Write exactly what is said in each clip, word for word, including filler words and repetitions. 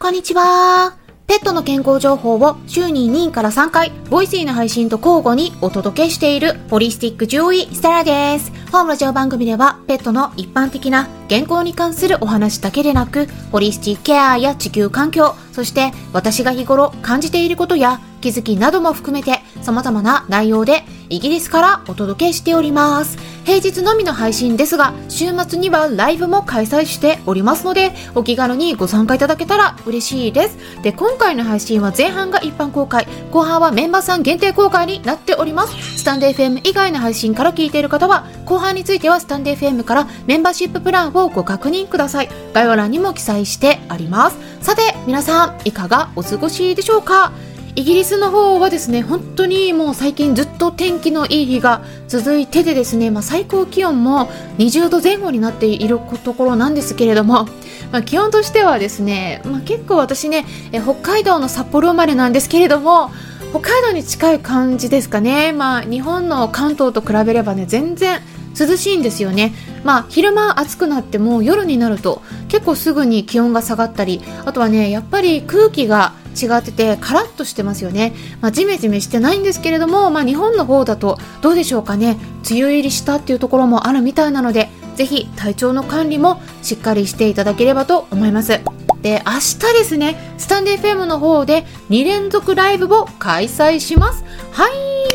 こんにちは。ペットの健康情報を週ににからさんかい、ボイシーの配信と交互にお届けしているホリスティック獣医ステラです。本ラジオ番組ではペットの一般的な健康に関するお話だけでなく、ホリスティックケアや地球環境、そして私が日頃感じていることや気づきなども含めて様々な内容でイギリスからお届けしております。平日のみの配信ですが、週末にはライブも開催しておりますので、お気軽にご参加いただけたら嬉しいです。で、今回の配信は前半が一般公開、後半はメンバーさん限定公開になっております。スタンド エフエム 以外の配信から聞いている方は、後半についてはスタンド エフエム からメンバーシッププランをご確認ください。概要欄にも記載してあります。さて、皆さんいかがお過ごしでしょうか？イギリスの方はですね、本当にもう最近ずっと天気のいい日が続いててですね、まあ、最高気温もにじゅうどぜん後になっているところなんですけれども、まあ、気温としてはですね、まあ、結構私ね、え北海道の札幌生まれなんですけれども、北海道に近い感じですかね。まあ、日本の関東と比べればね、全然涼しいんですよね。まあ、昼間暑くなっても夜になると結構すぐに気温が下がったり、あとはね、やっぱり空気が違っててカラッとしてますよね。まあ、ジメジメしてないんですけれども、まあ、日本の方だとどうでしょうかね。梅雨入りしたっていうところもあるみたいなので、ぜひ体調の管理もしっかりしていただければと思います。で、明日ですね、スタンド エフエム の方でに連続ライブを開催します。はい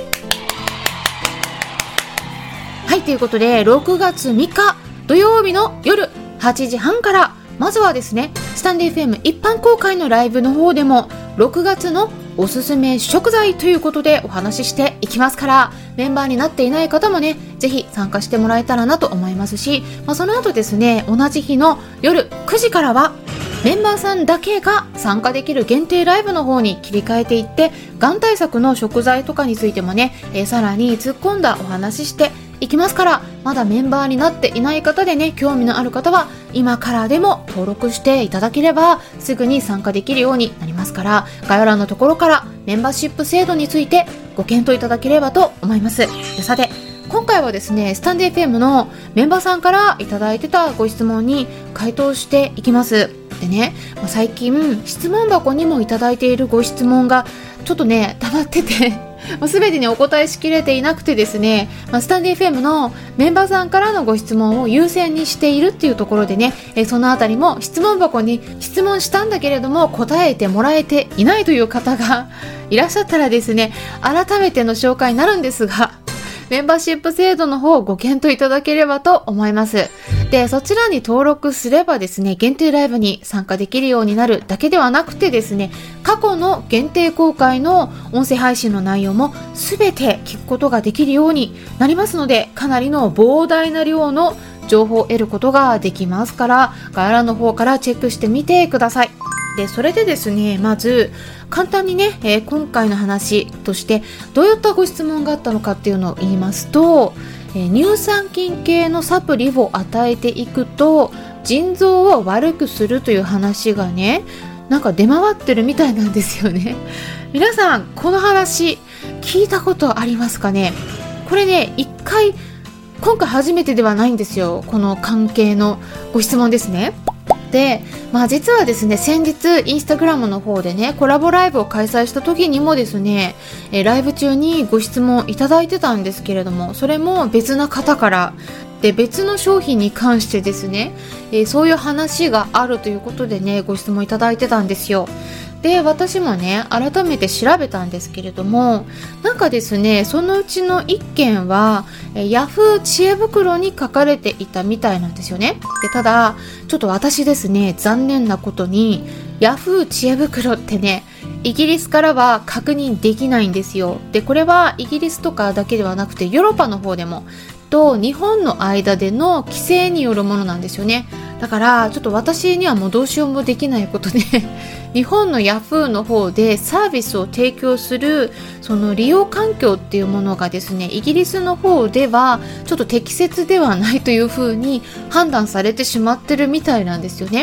はい、ということでろくがつみっか土曜日の夜はちじはんから、まずはですね、スタンド エフエム 一般公開のライブの方でもろくがつのおすすめ食材ということでお話ししていきますから、メンバーになっていない方もね、ぜひ参加してもらえたらなと思いますし、まあ、その後ですね、同じ日の夜くじからはメンバーさんだけが参加できる限定ライブの方に切り替えていって、がん対策の食材とかについてもね、えー、さらに突っ込んだお話ししていきますから、まだメンバーになっていない方でね、興味のある方は今からでも登録していただければすぐに参加できるようになりますから、概要欄のところからメンバーシップ制度についてご検討いただければと思います。で、さて、今回はですね、スタンド エフエム のメンバーさんからいただいてたご質問に回答していきます。でね、最近質問箱にもいただいているご質問がちょっとね溜まっててすべてにお答えしきれていなくてですね、スタンド エフエム のメンバーさんからのご質問を優先にしているっていうところでね、そのあたりも質問箱に質問したんだけれども答えてもらえていないという方がいらっしゃったらですね、改めての紹介になるんですが、メンバーシップ制度の方をご検討いただければと思います。で、そちらに登録すればですね、限定ライブに参加できるようになるだけではなくてですね、過去の限定公開の音声配信の内容もすべて聞くことができるようになりますので、かなりの膨大な量の情報を得ることができますから、概要欄の方からチェックしてみてください。で、それでですね、まず簡単にね、えー、今回の話としてどういったご質問があったのかっていうのを言いますと、えー、乳酸菌系のサプリを与えていくと腎臓を悪くするという話がね、なんか出回ってるみたいなんですよね。皆さん、この話聞いたことありますかね？これね、一回今回初めてではないんですよ。この関係のご質問ですね。で、まあ、実はですね、先日インスタグラムの方でね、コラボライブを開催した時にもですね、えー、ライブ中にご質問いただいてたんですけれども、それも別な方からで、別の商品に関してですね、えー、そういう話があるということでね、ご質問いただいてたんですよ。で、私もね、改めて調べたんですけれども、なんかですね、そのうちのいっけんはヤフー知恵袋に書かれていたみたいなんですよね。で、ただちょっと私ですね、残念なことにヤフー知恵袋ってね、イギリスからは確認できないんですよ。で、これはイギリスとかだけではなくてヨーロッパの方でもと日本の間での規制によるものなんですよね。だからちょっと私にはもうどうしようもできないことで日本のヤフーの方でサービスを提供するその利用環境っていうものがですね、イギリスの方ではちょっと適切ではないというふうに判断されてしまってるみたいなんですよね。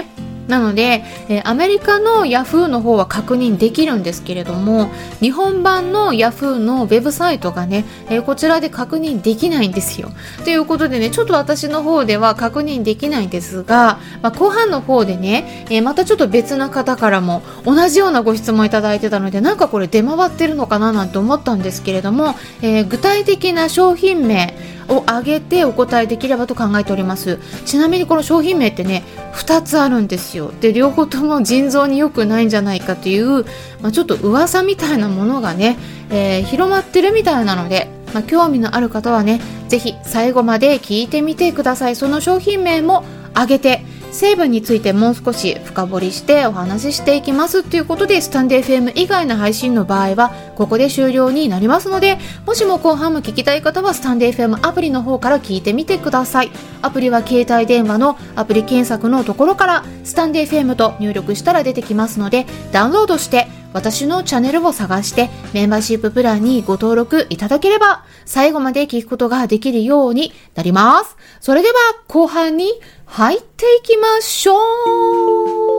なので、えー、アメリカの Yahoo の方は確認できるんですけれども、日本版の Yahoo のウェブサイトがね、えー、こちらで確認できないんですよ。ということでね、ちょっと私の方では確認できないんですが、まあ、後半の方でね、えー、またちょっと別な方からも同じようなご質問いただいてたので、なんかこれ出回ってるのかななんて思ったんですけれども、えー、具体的な商品名を挙げてお答えできればと考えております。ちなみにこの商品名ってね、ふたつあるんですよ。で、両方とも腎臓に良くないんじゃないかという、まあ、ちょっと噂みたいなものがね、えー、広まってるみたいなので、まあ、興味のある方はね、ぜひ最後まで聞いてみてください。その商品名も挙げて、成分についてもう少し深掘りしてお話ししていきますということで、スタンド エフエム 以外の配信の場合はここで終了になりますので、もしも後半も聞きたい方はスタンド エフエム アプリの方から聞いてみてください。アプリは携帯電話のアプリ検索のところからスタンド エフエム と入力したら出てきますので、ダウンロードして私のチャンネルを探してメンバーシッププランにご登録いただければ最後まで聞くことができるようになります。それでは後半に入っていきましょう。